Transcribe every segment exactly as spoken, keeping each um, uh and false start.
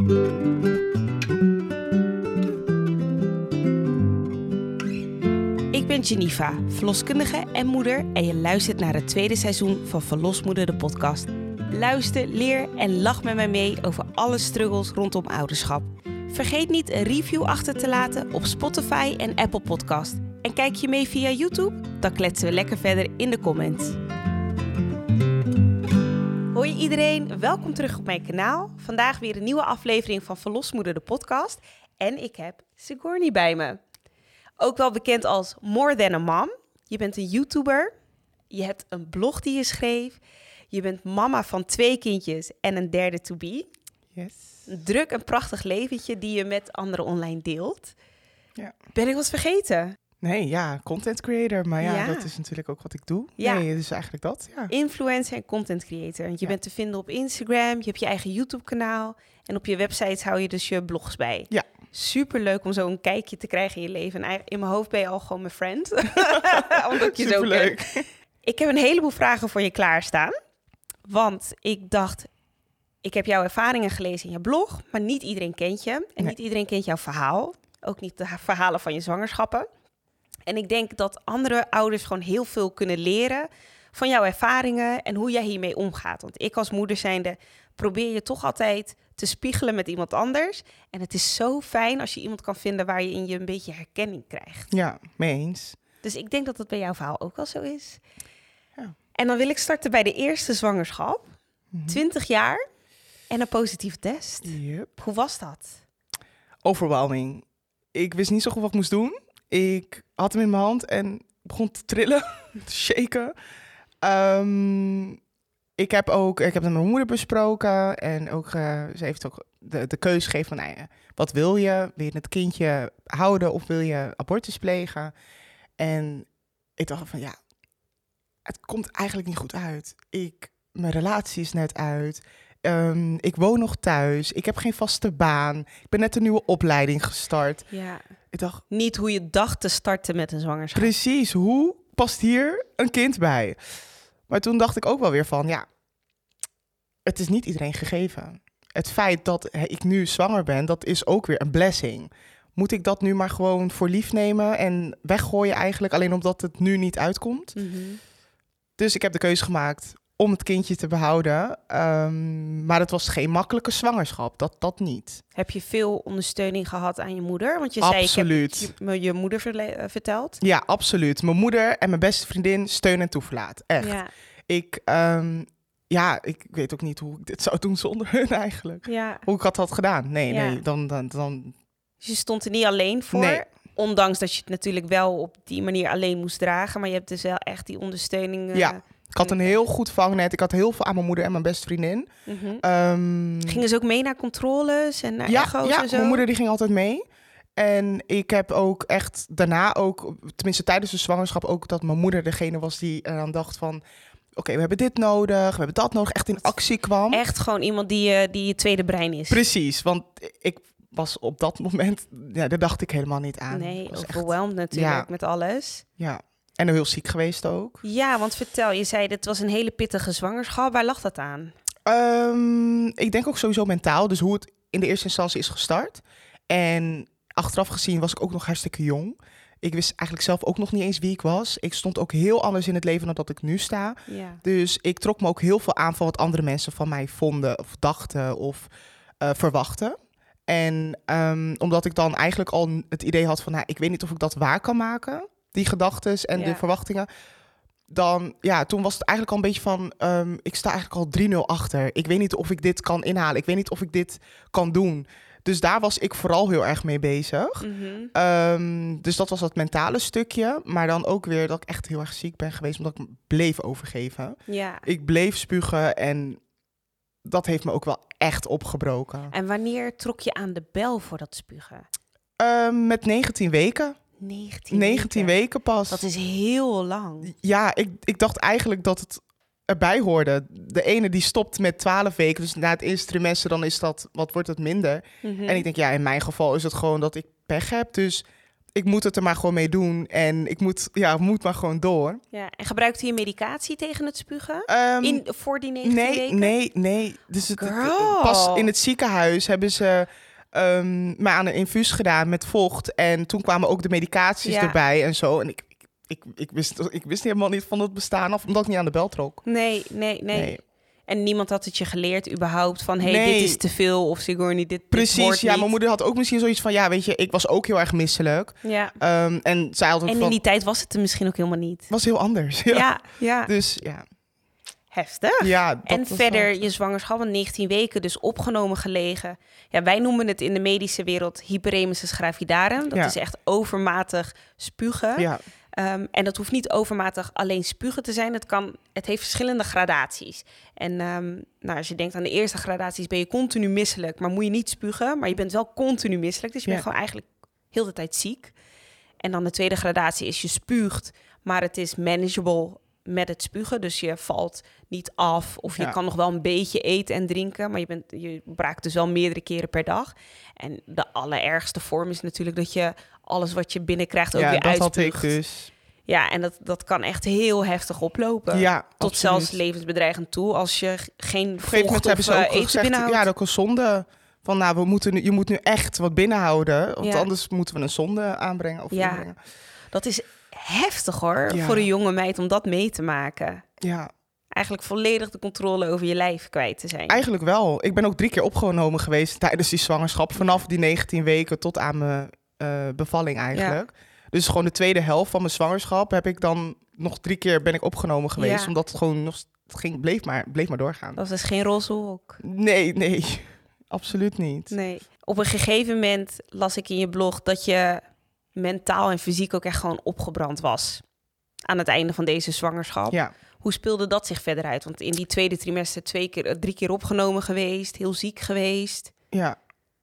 Ik ben Geneva, verloskundige en moeder en je luistert naar het tweede seizoen van Verlosmoeder de podcast. Luister, leer en lach met mij mee over alle struggles rondom ouderschap. Vergeet niet een review achter te laten op Spotify en Apple Podcast. En kijk je mee via YouTube? Dan kletsen we lekker verder in de comments. Hoi iedereen, welkom terug op mijn kanaal. Vandaag weer een nieuwe aflevering van Verlosmoeder de podcast. En ik heb Sigourney bij me. Ook wel bekend als More Than a Mom. Je bent een YouTuber. Je hebt een blog die je schreef. Je bent mama van twee kindjes en een derde to be. Yes. Een druk en prachtig leventje die je met anderen online deelt. Ja. Ben ik wat vergeten? Nee, ja, content creator. Maar ja, Ja. dat is natuurlijk ook wat ik doe. Ja. Nee, dus eigenlijk dat, ja. Influencer en content creator. Je Ja. bent te vinden op Instagram. Je hebt je eigen YouTube kanaal. En op je website hou je dus je blogs bij. Ja. Superleuk om zo een kijkje te krijgen in je leven. En eigenlijk in mijn hoofd ben je al gewoon mijn friend. Omdat ik je zo ken. Superleuk. Ik heb een heleboel vragen voor je klaarstaan. Want ik dacht, ik heb jouw ervaringen gelezen in je blog, maar niet iedereen kent je. En Nee. niet iedereen kent jouw verhaal. Ook niet de verhalen van je zwangerschappen. En ik denk dat andere ouders gewoon heel veel kunnen leren van jouw ervaringen en hoe jij hiermee omgaat. Want ik als moeder zijnde probeer je toch altijd te spiegelen met iemand anders. En het is zo fijn als je iemand kan vinden waar je in je een beetje herkenning krijgt. Ja, mee eens. Dus ik denk dat dat bij jouw verhaal ook wel zo is. Ja. En dan wil ik starten bij de eerste zwangerschap. Mhm. twintig jaar en een positieve test. Yep. Hoe was dat? Overwhelming. Ik wist niet zo goed wat ik moest doen. Ik had hem in mijn hand en begon te trillen, te shaken. Um, ik heb ook, ik heb het met mijn moeder besproken en ook, uh, ze heeft ook de, de keuze gegeven van, nou ja, wat wil je? Wil je het kindje houden of wil je abortus plegen? En ik dacht van, ja, het komt eigenlijk niet goed uit. Ik, mijn relatie is net uit. Um, ik woon nog thuis. Ik heb geen vaste baan. Ik ben net een nieuwe opleiding gestart. Ja. Ik dacht, Niet hoe je dacht te starten met een zwangerschap. precies, hoe past hier een kind bij? Maar toen dacht ik ook wel weer van, ja, het is niet iedereen gegeven. Het feit dat ik nu zwanger ben, dat is ook weer een blessing. Moet ik dat nu maar gewoon voor lief nemen en weggooien eigenlijk, alleen omdat het nu niet uitkomt? Mm-hmm. Dus ik heb de keuze gemaakt om het kindje te behouden. Um, maar het was geen makkelijke zwangerschap, dat, dat niet. Heb je veel ondersteuning gehad aan je moeder? Want je Absoluut. zei, ik heb je, me je moeder verle- uh, verteld. Ja, absoluut. Mijn moeder en mijn beste vriendin steun en toeverlaat. Echt. Ja. Ik, um, ja, ik weet ook niet hoe ik dit zou doen zonder hun eigenlijk. Ja. Hoe ik dat had gedaan. Nee, Ja. nee, dan, dan, dan... Dus je stond er niet alleen voor. Nee. Ondanks dat je het natuurlijk wel op die manier alleen moest dragen. Maar je hebt dus wel echt die ondersteuning. Uh, Ja. Ik had een heel goed vangnet. Ik had heel veel aan mijn moeder en mijn beste vriendin. Mm-hmm. Um, Gingen ze ook mee naar controles en naar ja, echo's ja, en zo? mijn moeder die ging altijd mee. En ik heb ook echt daarna ook, tenminste tijdens de zwangerschap ook, dat mijn moeder degene was die eraan dacht van, oké, okay, we hebben dit nodig, we hebben dat nodig, echt in actie kwam. Echt gewoon iemand die, uh, die je tweede brein is. Precies, want ik was op dat moment, ja, daar dacht ik helemaal niet aan. Nee, Ik was overwhelmed echt, natuurlijk ja. met alles. Ja, en heel ziek geweest ook. Ja, want vertel, je zei het was een hele pittige zwangerschap. Waar lag dat aan? Um, ik denk ook sowieso mentaal, dus hoe het in de eerste instantie is gestart. En achteraf gezien was ik ook nog hartstikke jong. Ik wist eigenlijk zelf ook nog niet eens wie ik was. Ik stond ook heel anders in het leven dan dat ik nu sta. Ja. Dus ik trok me ook heel veel aan van wat andere mensen van mij vonden of dachten of uh, verwachten. En um, omdat ik dan eigenlijk al het idee had van, nou, ik weet niet of ik dat waar kan maken, die gedachtes en Ja. de verwachtingen. Dan, ja, toen was het eigenlijk al een beetje van, um, ik sta eigenlijk al drie nul achter. Ik weet niet of ik dit kan inhalen. Ik weet niet of ik dit kan doen. Dus daar was ik vooral heel erg mee bezig. Mm-hmm. Um, dus dat was dat mentale stukje. Maar dan ook weer dat ik echt heel erg ziek ben geweest, omdat ik me bleef overgeven. Ja. Ik bleef spugen en dat heeft me ook wel echt opgebroken. En wanneer trok je aan de bel voor dat spugen? Um, met negentien weken. negentien, negentien weken. weken pas. Dat is heel lang. Ja, ik, ik dacht eigenlijk dat het erbij hoorde. De ene die stopt met twaalf weken, dus na het eerste trimester dan is dat, wat wordt het minder. Mm-hmm. En ik denk, ja, in mijn geval is het gewoon dat ik pech heb. Dus ik moet het er maar gewoon mee doen. En ik moet, ja, moet maar gewoon door. Ja, en gebruikte je medicatie tegen het spugen? Um, in, voor die negentien nee, weken? Nee, nee. Dus het, Girl. pas in het ziekenhuis hebben ze um, me aan een infuus gedaan met vocht. En toen kwamen ook de medicaties ja. erbij en zo. En ik, ik, ik, ik, wist, ik wist helemaal niet van het bestaan of omdat ik niet aan de bel trok. Nee, nee, nee. nee. En niemand had het je geleerd überhaupt van... hé, hey, nee. dit is te veel of Sigourney, dit, Precies, dit hoort ja, niet. mijn moeder had ook misschien zoiets van... ja, weet je, ik was ook heel erg misselijk. Ja. Um, en zij had ook en in van, die tijd was het er misschien ook helemaal niet. was heel anders. Ja, ja. ja. Dus ja. Heftig. Ja, dat en was verder wel... je zwangerschap van negentien weken, dus opgenomen gelegen. Ja, wij noemen het in de medische wereld hyperemesis gravidarum. Dat ja. is echt overmatig spugen. Ja. Um, en dat hoeft niet overmatig alleen spugen te zijn. Het, kan, het heeft verschillende gradaties. En um, nou, als je denkt aan de eerste gradaties, ben je continu misselijk, maar moet je niet spugen. Maar je bent wel continu misselijk, dus je ja. bent gewoon eigenlijk heel de tijd ziek. En dan de tweede gradatie is je spuugt, maar het is manageable met het spugen. Dus je valt niet af of je ja. kan nog wel een beetje eten en drinken, maar je, bent, je braakt dus wel meerdere keren per dag. En de allerergste vorm is natuurlijk dat je alles wat je binnenkrijgt ook ja, weer dat uitspuugt. had ik dus. Ja, en dat, dat kan echt heel heftig oplopen. Ja, tot absoluut. zelfs levensbedreigend toe als je geen Op een gegeven moment hebben ze ook eten gezegd, binnenhoudt. ja, dat een zonde. Van nou, we moeten nu, je moet nu echt wat binnenhouden, want ja. anders moeten we een zonde aanbrengen. Of ja, inbrengen. Dat is heftig hoor, ja. voor een jonge meid om dat mee te maken. Ja. Eigenlijk volledig de controle over je lijf kwijt te zijn. Eigenlijk wel. Ik ben ook drie keer opgenomen geweest tijdens die zwangerschap. Vanaf die negentien weken tot aan mijn uh, bevalling eigenlijk. Ja. Dus gewoon de tweede helft van mijn zwangerschap heb ik dan nog drie keer ben ik opgenomen geweest. Ja. Omdat het gewoon nog het ging, bleef, maar, bleef maar doorgaan. Dat was dus geen roze wolk. Nee, nee. Absoluut niet. Nee. Op een gegeven moment las ik in je blog dat je mentaal en fysiek ook echt gewoon opgebrand was. Aan het einde van deze zwangerschap. Ja. Hoe speelde dat zich verder uit? Want in die tweede trimester twee keer, drie keer opgenomen geweest, heel ziek geweest. Ja,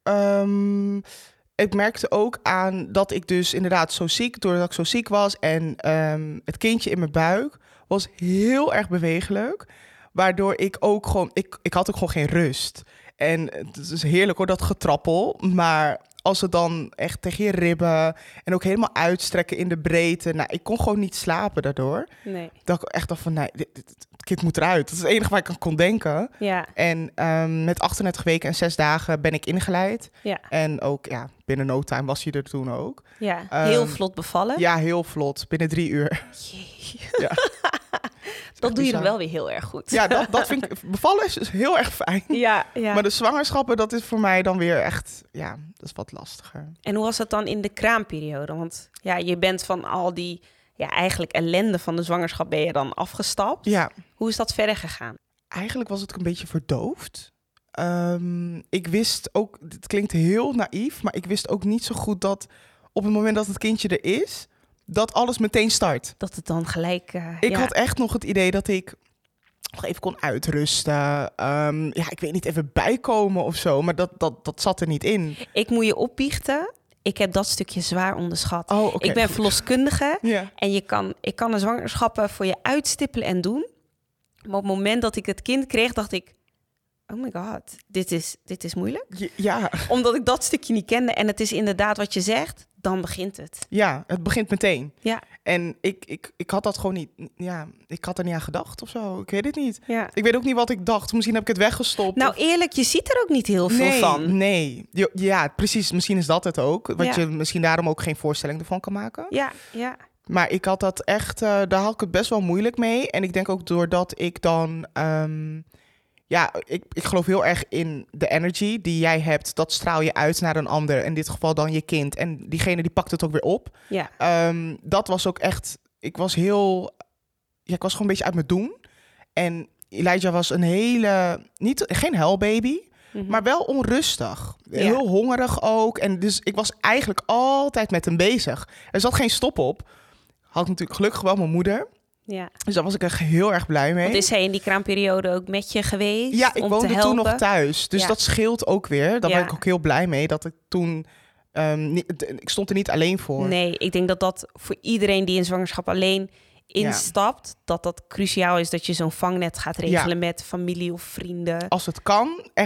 um, ik merkte ook aan dat ik dus inderdaad zo ziek, doordat ik zo ziek was en um, het kindje in mijn buik was heel erg bewegelijk, waardoor ik ook gewoon, ik, ik had ook gewoon geen rust. En het is heerlijk hoor, dat getrappel, maar als het dan echt tegen je ribben en ook helemaal uitstrekken in de breedte. Nou, ik kon gewoon niet slapen daardoor. Nee. Dat ik echt dacht van, nee, dit, dit, dit kind moet eruit. Dat is het enige waar ik aan kon denken. Ja. En um, met achtendertig weken en zes dagen ben ik ingeleid. Ja. En ook, ja, binnen no time was hij er toen ook. Ja, heel um, vlot bevallen. Ja, heel vlot. Binnen drie uur. Ja. Dat doe je dan wel weer heel erg goed. Ja, dat, dat vind ik... Bevallen is dus heel erg fijn. Ja, ja. Maar de zwangerschappen, dat is voor mij dan weer echt... Ja, dat is wat lastiger. En hoe was dat dan in de kraamperiode? Want ja, je bent van al die... Ja, eigenlijk ellende van de zwangerschap ben je dan afgestapt. Ja. Hoe is dat verder gegaan? Eigenlijk was het een beetje verdoofd. Um, ik wist ook... Het klinkt heel naïef, maar ik wist ook niet zo goed dat... Op het moment dat het kindje er is... dat alles meteen start. Dat het dan gelijk... Uh, ik ja. had echt nog het idee dat ik nog even kon uitrusten. Um, ja, ik weet niet, even bijkomen of zo. Maar dat, dat, dat zat er niet in. Ik moet je opbiechten. Ik heb dat stukje zwaar onderschat. Oh, okay. Ik ben verloskundige. Ja. En je kan, ik kan de zwangerschappen voor je uitstippelen en doen. Maar op het moment dat ik het kind kreeg, dacht ik... Oh my god, dit is, dit is moeilijk. Ja. Omdat ik dat stukje niet kende. En het is inderdaad wat je zegt, dan begint het. Ja, het begint meteen. Ja. En ik, ik, ik had dat gewoon niet... Ja, ik had er niet aan gedacht of zo. Ik weet het niet. Ja. Ik weet ook niet wat ik dacht. Misschien heb ik het weggestopt. Nou of... eerlijk, je ziet er ook niet heel veel nee, van. Nee, ja, precies. Misschien is dat het ook. Wat ja. je misschien daarom ook geen voorstelling ervan kan maken. Ja, ja. Maar ik had dat echt... Uh, daar had ik het best wel moeilijk mee. En ik denk ook doordat ik dan... Um, Ja, ik, ik geloof heel erg in de energy die jij hebt. Dat straal je uit naar een ander. In dit geval dan je kind. En diegene die pakt het ook weer op. Ja. Um, dat was ook echt... Ik was heel... Ja, ik was gewoon een beetje uit mijn doen. En Elijah was een hele... Niet, geen huilbaby, mm-hmm. maar wel onrustig. Ja. Heel hongerig ook. En dus ik was eigenlijk altijd met hem bezig. Er zat geen stop op. Had ik natuurlijk gelukkig wel mijn moeder... Ja. Dus daar was ik echt heel erg blij mee. Want is hij in die kraamperiode ook met je geweest? Ja, ik om woonde te helpen? toen nog thuis. Dus ja. dat scheelt ook weer. Daar ja. ben ik ook heel blij mee. Dat ik toen... Um, niet, ik stond er niet alleen voor. Nee, ik denk dat dat voor iedereen die in zwangerschap alleen instapt... Ja. dat dat cruciaal is dat je zo'n vangnet gaat regelen ja. met familie of vrienden. Als het kan, echt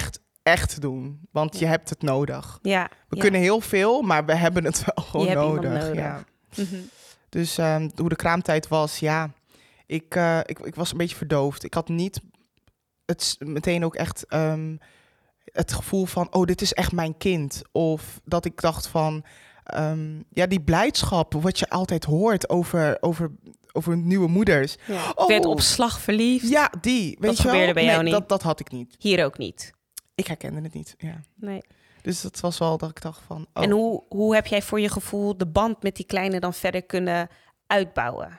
echt doen. Want Ja. je hebt het nodig. Ja. We ja. kunnen heel veel, maar we hebben het wel gewoon Je hebt nodig. iemand nodig. Ja. Mm-hmm. Dus um, hoe de kraamtijd was, ja. Ik, uh, ik, ik was een beetje verdoofd. Ik had niet het meteen ook echt um, het gevoel van... oh, dit is echt mijn kind. Of dat ik dacht van... Um, ja, die blijdschap, wat je altijd hoort over, over, over nieuwe moeders. Ja. Oh, werd op slag verliefd. Ja, die. Weet dat je gebeurde wel? bij jou nee, niet? Dat, dat had ik niet. Hier ook niet? Ik herkende het niet, ja. Nee. Dus dat was wel dat ik dacht van... Oh. En hoe, hoe heb jij voor je gevoel de band met die kleine dan verder kunnen uitbouwen?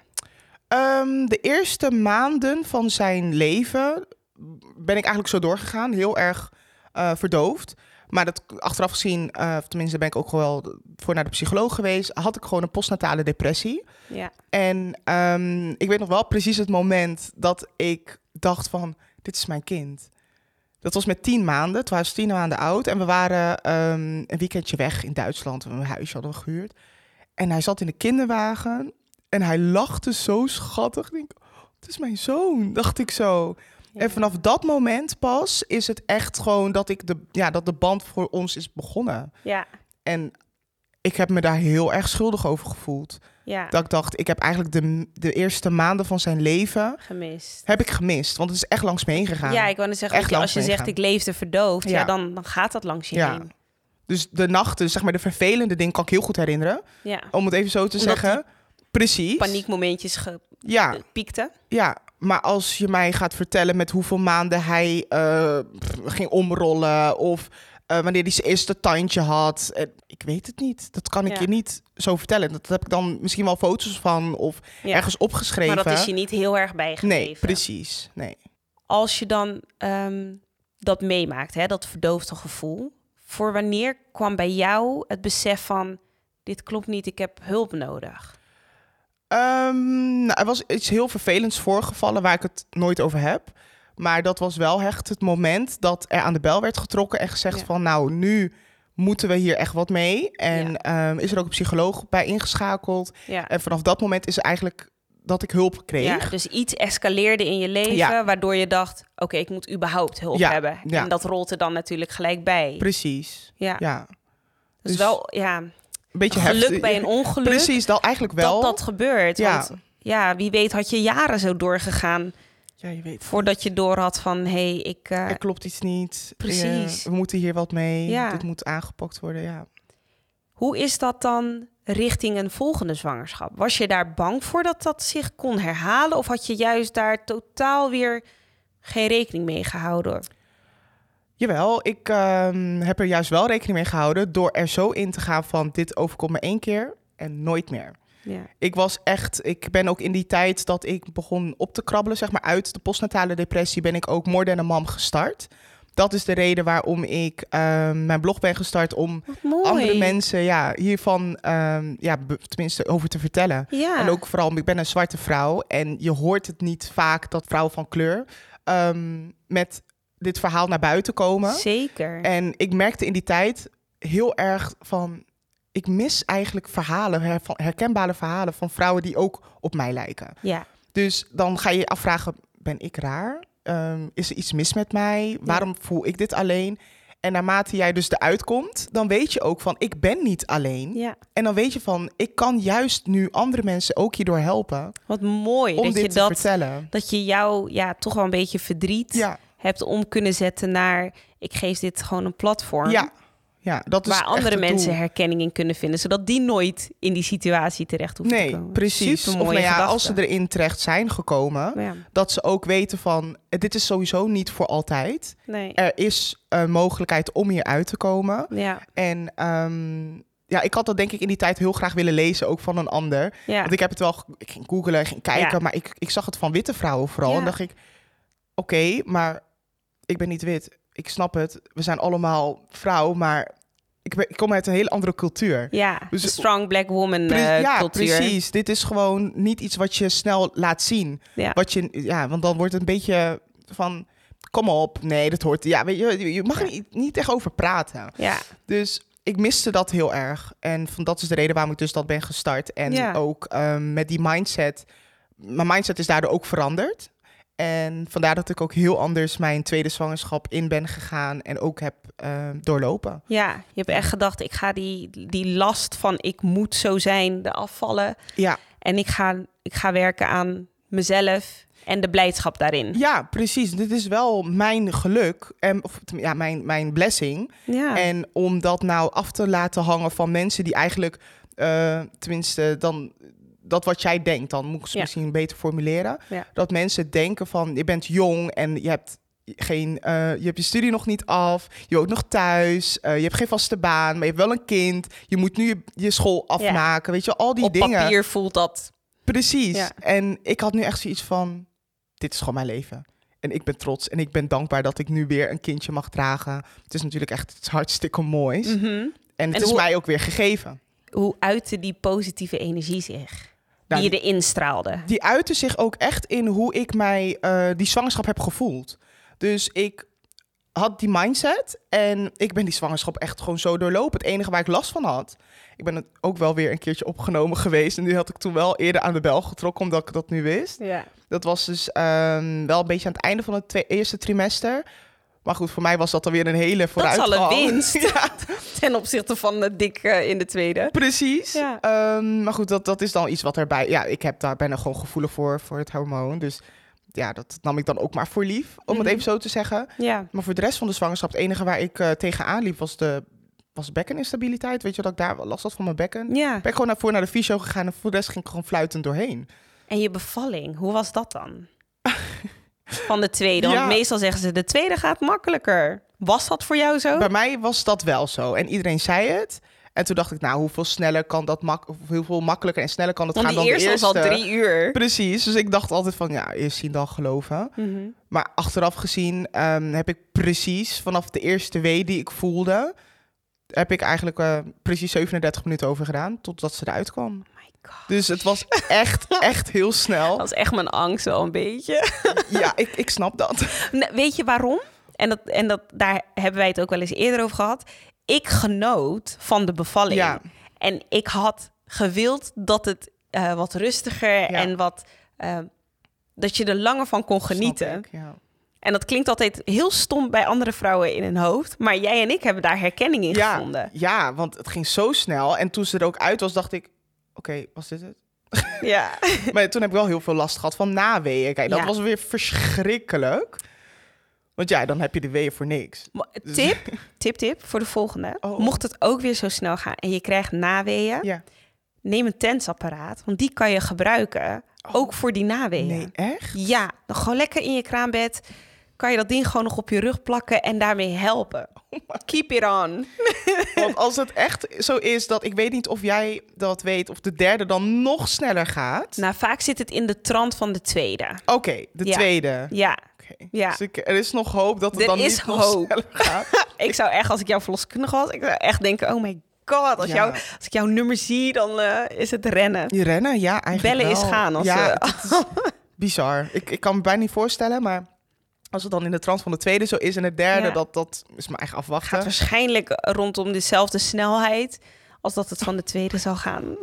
Um, de eerste maanden van zijn leven ben ik eigenlijk zo doorgegaan. Heel erg uh, verdoofd. Maar dat achteraf gezien, uh, tenminste ben ik ook wel voor naar de psycholoog geweest... had ik gewoon een postnatale depressie. Ja. En um, ik weet nog wel precies het moment dat ik dacht van... dit is mijn kind. Dat was met tien maanden. Toen was tien maanden oud. En we waren um, een weekendje weg in Duitsland. Een huisje hadden we gehuurd. En hij zat in de kinderwagen. En hij lachte zo schattig. Ik denk, oh, het is mijn zoon, dacht ik zo. Ja. En vanaf dat moment pas is het echt gewoon dat, ik de, ja, dat de band voor ons is begonnen. Ja. En ik heb me daar heel erg schuldig over gevoeld. Ja. Dat ik dacht, ik heb eigenlijk de, de eerste maanden van zijn leven... gemist. Heb ik gemist, want het is echt langs me heen gegaan. Ja, ik wou net zeggen, echt je, als je zegt gaan. ik leefde verdoofd... Ja, ja dan, dan gaat dat langs je ja. heen. Dus de nachten, zeg maar de vervelende dingen kan ik heel goed herinneren. Ja. Om het even zo te Omdat zeggen. Precies. Paniekmomentjes gepiekte. Ja. ja, maar als je mij gaat vertellen met hoeveel maanden hij uh, ging omrollen... of uh, wanneer hij zijn eerste tandje had... Uh, ik weet het niet. Dat kan ik ja. je niet zo vertellen. Dat heb ik dan misschien wel foto's van of ja. ergens opgeschreven. Maar dat is je niet heel erg bijgebleven. Nee, precies. Nee. Als je dan um, dat meemaakt, hè, dat verdoofde gevoel... voor wanneer kwam bij jou het besef van... dit klopt niet, ik heb hulp nodig? Um, nou, er was iets heel vervelends voorgevallen waar ik het nooit over heb. Maar dat was wel echt het moment dat er aan de bel werd getrokken... en gezegd ja. van nou, nu moeten we hier echt wat mee. En ja. um, is er ook een psycholoog bij ingeschakeld. Ja. En vanaf dat moment is er eigenlijk dat ik hulp kreeg. Ja, dus iets escaleerde in je leven... Ja. waardoor je dacht, oké, okay, ik moet überhaupt hulp ja. hebben. Ja. En dat rolt er dan natuurlijk gelijk bij. Precies, ja. ja. Dus, dus wel, ja... Een beetje geluk heftig. bij een ongeluk. Precies, dat eigenlijk wel. Dat dat gebeurt. Ja. Want ja, wie weet had je jaren zo doorgegaan... Ja, je weet. Voordat je door had van, hé, hey, ik... Uh... Er klopt iets niet. Precies. Uh, we moeten hier wat mee. Ja. Dit moet aangepakt worden, ja. Hoe is dat dan richting een volgende zwangerschap? Was je daar bang voor dat dat zich kon herhalen? Of had je juist daar totaal weer geen rekening mee gehouden? Jawel, ik uh, heb er juist wel rekening mee gehouden... door er zo in te gaan van, dit overkomt me één keer en nooit meer. Ja. Ik was echt, ik ben ook in die tijd dat ik begon op te krabbelen, zeg maar uit de postnatale depressie, ben ik ook More Than a Mom gestart. Dat is de reden waarom ik uh, mijn blog ben gestart om andere mensen ja, hiervan um, ja, be- tenminste over te vertellen. Ja. En ook vooral, ik ben een zwarte vrouw en je hoort het niet vaak dat vrouwen van kleur um, met dit verhaal naar buiten komen. Zeker. En ik merkte in die tijd heel erg van... Ik mis eigenlijk verhalen, her, herkenbare verhalen van vrouwen die ook op mij lijken. Ja. Dus dan ga je je afvragen, ben ik raar? Um, is er iets mis met mij? Ja. Waarom voel ik dit alleen? En naarmate jij dus eruit komt, dan weet je ook van, ik ben niet alleen. Ja. En dan weet je van, ik kan juist nu andere mensen ook hierdoor helpen. Wat mooi om dat dit je te dat, vertellen. Dat je jou ja, toch wel een beetje verdriet ja. hebt om kunnen zetten naar, ik geef dit gewoon een platform. Ja. Ja, dat is waar andere mensen doel. herkenning in kunnen vinden, zodat die nooit in die situatie terecht hoeven nee, te komen. Precies. Of nou ja, als ze erin terecht zijn gekomen, ja. dat ze ook weten van, dit is sowieso niet voor altijd. Nee. Er is een mogelijkheid om hier uit te komen. Ja. En um, ja, ik had dat denk ik in die tijd heel graag willen lezen, ook van een ander. Ja. Want ik heb het wel, ik ging googlen, ging kijken, ja. maar ik, ik zag het van witte vrouwen vooral. Ja. En dacht ik, oké, okay, maar ik ben niet wit. Ik snap het. We zijn allemaal vrouw, maar ik, ben, ik kom uit een hele andere cultuur. Ja, dus, de strong black woman pre- uh, ja, cultuur. Ja, precies. Dit is gewoon niet iets wat je snel laat zien. Ja. Wat je, ja, want dan wordt het een beetje van, kom op, nee, dat hoort. Ja, weet je, je mag er ja. niet, niet echt over praten. Ja. Dus ik miste dat heel erg. En van, dat is de reden waarom ik dus dat ben gestart. En ja. ook um, met die mindset. Mijn mindset is daardoor ook veranderd. En vandaar dat ik ook heel anders mijn tweede zwangerschap in ben gegaan en ook heb uh, doorlopen. Ja, je hebt echt gedacht, ik ga die, die last van ik moet zo zijn, eraf vallen. Ja. En ik ga, ik ga werken aan mezelf en de blijdschap daarin. Ja, precies. Dit is wel mijn geluk, en, of ja, mijn, mijn blessing. Ja. En om dat nou af te laten hangen van mensen die eigenlijk, uh, tenminste dan... dat wat jij denkt, dan moet ik het ja. misschien beter formuleren. Ja. Dat mensen denken van, je bent jong en je hebt, geen, uh, je, hebt je studie nog niet af. Je woont nog thuis. Uh, je hebt geen vaste baan, maar je hebt wel een kind. Je moet nu je, je school afmaken. Ja. Weet je, al die Op dingen. Op papier voelt dat. Precies. Ja. En ik had nu echt zoiets van, dit is gewoon mijn leven. En ik ben trots en ik ben dankbaar dat ik nu weer een kindje mag dragen. Het is natuurlijk echt iets hartstikke moois. Mm-hmm. En het en is hoe, mij ook weer gegeven. Hoe uitte die positieve energie zich? Nou, die je erin straalde. Die uitte zich ook echt in hoe ik mij uh, die zwangerschap heb gevoeld. Dus ik had die mindset en ik ben die zwangerschap echt gewoon zo doorlopen. Het enige waar ik last van had, ik ben het ook wel weer een keertje opgenomen geweest. En nu had ik toen wel eerder aan de bel getrokken, omdat ik dat nu wist. Ja. Dat was dus um, wel een beetje aan het einde van het twee, eerste trimester. Maar goed, voor mij was dat dan weer een hele vooruitgang. Dat is al een winst. Ja. Ten opzichte van de dik uh, in de tweede. Precies. Ja. Um, maar goed, dat, dat is dan iets wat erbij... Ja, ik heb daar, ben er gewoon gevoelig voor, voor het hormoon. Dus ja, dat nam ik dan ook maar voor lief, om mm-hmm. het even zo te zeggen. Ja. Maar voor de rest van de zwangerschap, het enige waar ik uh, tegenaan liep, was de was bekkeninstabiliteit. Weet je dat ik daar last had van mijn bekken? Ja. Ben ik gewoon naar voor naar de fysio gegaan en voor de rest ging ik gewoon fluitend doorheen. En je bevalling, hoe was dat dan? Van de tweede, want ja. meestal zeggen ze de tweede gaat makkelijker. Was dat voor jou zo? Bij mij was dat wel zo. En iedereen zei het. En toen dacht ik, nou, hoeveel sneller kan dat mak- hoeveel makkelijker en sneller kan het want gaan dan de eerste? de eerste? Was al drie uur. Precies. Dus ik dacht altijd van, ja, eerst zien dan geloven. Mm-hmm. Maar achteraf gezien um, heb ik precies vanaf de eerste wee die ik voelde, heb ik eigenlijk uh, precies zevenendertig minuten over gedaan totdat ze eruit kwam. Dus het was echt, echt heel snel. Dat is echt mijn angst wel een beetje. Ja, ik, ik snap dat. Weet je waarom? En, dat, en dat, daar hebben wij het ook wel eens eerder over gehad. Ik genoot van de bevalling. Ja. En ik had gewild dat het uh, wat rustiger ja. en wat... Uh, dat je er langer van kon genieten. Ik, ja. En dat klinkt altijd heel stom bij andere vrouwen in hun hoofd. Maar jij en ik hebben daar herkenning in ja, gevonden. Ja, want het ging zo snel. En toen ze er ook uit was, dacht ik... Oké, okay, was dit het? Ja. Maar toen heb ik wel heel veel last gehad van naweeën. Kijk, dat ja. was weer verschrikkelijk. Want ja, dan heb je de weeën voor niks. Tip, tip, tip voor de volgende. Oh. Mocht het ook weer zo snel gaan en je krijgt naweeën... Ja. Neem een tensapparaat, want die kan je gebruiken. Oh. Ook voor die naweeën. Nee, echt? Ja, dan gewoon lekker in je kraambed... kan je dat ding gewoon nog op je rug plakken en daarmee helpen. Oh Keep it on. Want als het echt zo is dat... ik weet niet of jij dat weet... of de derde dan nog sneller gaat. Nou, vaak zit het in de trant van de tweede. Oké, okay, de ja. tweede. Ja. Okay. ja. Dus ik, er is nog hoop dat het er dan is niet hoop. nog sneller gaat. Ik zou echt, als ik jouw verloskundige was... ik zou echt denken, oh my god... als, ja. jou, als ik jouw nummer zie, dan uh, is het rennen. Je rennen, ja, eigenlijk Bellen wel. is gaan. Als ja, uh, het is bizar. Ik, ik kan me bijna niet voorstellen, maar... als het dan in de trant van de tweede zo is en het derde, ja. dat, dat is mijn eigen afwachten. Gaat waarschijnlijk rondom dezelfde snelheid als dat het van de tweede zal gaan.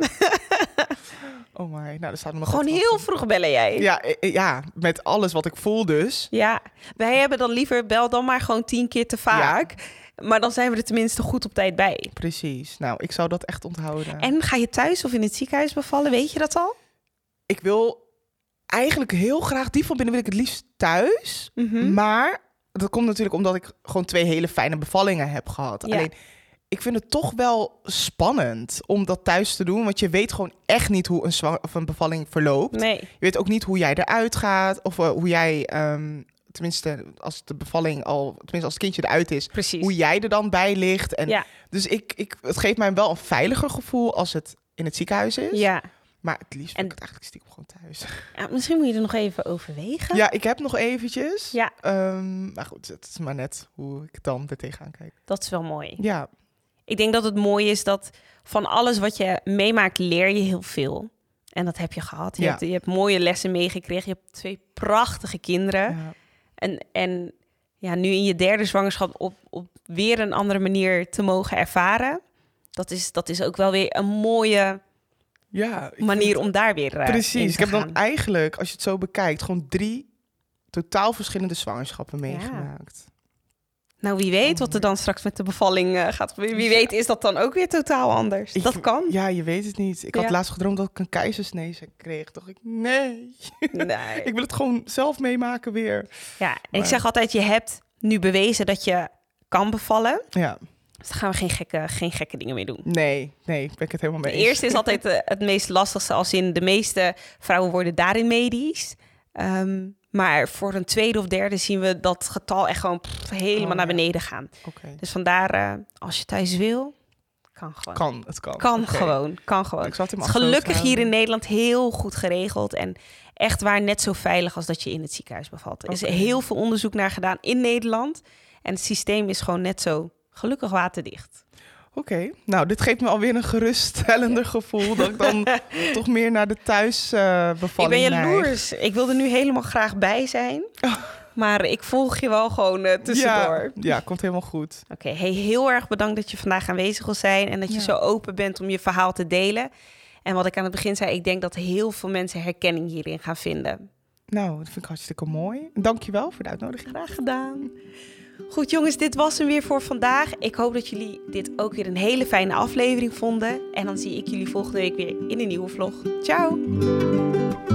Oh my, nou, daar staat nog gewoon heel vroeg bellen jij. Ja, ja, met alles wat ik voel dus. Ja, wij hebben dan liever bel dan maar gewoon tien keer te vaak. Ja. Maar dan zijn we er tenminste goed op tijd bij. Precies, nou, ik zou dat echt onthouden. En ga je thuis of in het ziekenhuis bevallen? Weet je dat al? Ik wil... eigenlijk heel graag, die van binnen wil ik het liefst thuis. Mm-hmm. Maar dat komt natuurlijk omdat ik gewoon twee hele fijne bevallingen heb gehad. Ja. Alleen, ik vind het toch wel spannend om dat thuis te doen. Want je weet gewoon echt niet hoe een, zwang- of een bevalling verloopt. Nee. Je weet ook niet hoe jij eruit gaat. Of uh, hoe jij, um, tenminste als de bevalling al, tenminste als het kindje eruit is. Precies. Hoe jij er dan bij ligt. En ja. Dus ik, ik, het geeft mij wel een veiliger gevoel als het in het ziekenhuis is. Ja. Maar het liefst en... vind ik het eigenlijk stiekem gewoon thuis. Ja, misschien moet je er nog even overwegen. Ja, ik heb nog eventjes. Ja. Um, maar goed, het is maar net hoe ik dan er tegenaan kijk. Dat is wel mooi. Ja. Ik denk dat het mooi is dat van alles wat je meemaakt, leer je heel veel. En dat heb je gehad. Je, ja. hebt, je hebt mooie lessen meegekregen. Je hebt twee prachtige kinderen. Ja. En, en ja, nu in je derde zwangerschap op, op weer een andere manier te mogen ervaren. Dat is, dat is ook wel weer een mooie... Ja, manier om daar weer uh, precies. in te ik heb gaan. dan eigenlijk, als je het zo bekijkt, gewoon drie totaal verschillende zwangerschappen meegemaakt. Nou, wie weet wat er dan straks met de bevalling uh, gaat. Wie, wie weet is dat dan ook weer totaal anders. Ik, dat kan. Ja, je weet het niet. Ik had ja. laatst gedroomd dat ik een keizersnee kreeg. Dacht ik, nee. nee. Ik wil het gewoon zelf meemaken weer. Ja, en maar... ik zeg altijd, je hebt nu bewezen dat je kan bevallen. Ja. Dus daar gaan we geen gekke, geen gekke dingen mee doen. Nee, nee, ben ik het helemaal mee eens. De eerste is altijd uh, het meest lastigste, als in de meeste vrouwen worden daarin medisch. Um, maar voor een tweede of derde zien we dat getal echt gewoon pff, helemaal oh, naar beneden ja. gaan. Okay. Dus vandaar, uh, als je thuis wil, kan gewoon. Kan, het kan. Kan okay. gewoon, kan gewoon. Ik zal het, het is gelukkig hier in Nederland heel goed geregeld. En echt waar net zo veilig als dat je in het ziekenhuis bevalt. Er okay. is heel veel onderzoek naar gedaan in Nederland. En het systeem is gewoon net zo gelukkig waterdicht. Oké, okay. Nou, dit geeft me alweer een geruststellender gevoel... dat ik dan toch meer naar de thuisbevalling uh, Ik ben jaloers. Neig. Ik wil er nu helemaal graag bij zijn. Oh. Maar ik volg je wel gewoon uh, tussendoor. Ja, ja, komt helemaal goed. Oké, okay, hey, heel erg bedankt dat je vandaag aanwezig wil zijn... en dat je ja. zo open bent om je verhaal te delen. En wat ik aan het begin zei, ik denk dat heel veel mensen herkenning hierin gaan vinden. Nou, dat vind ik hartstikke mooi. Dank je wel voor de uitnodiging. Graag gedaan. Goed jongens, dit was hem weer voor vandaag. Ik hoop dat jullie dit ook weer een hele fijne aflevering vonden. En dan zie ik jullie volgende week weer in een nieuwe vlog. Ciao!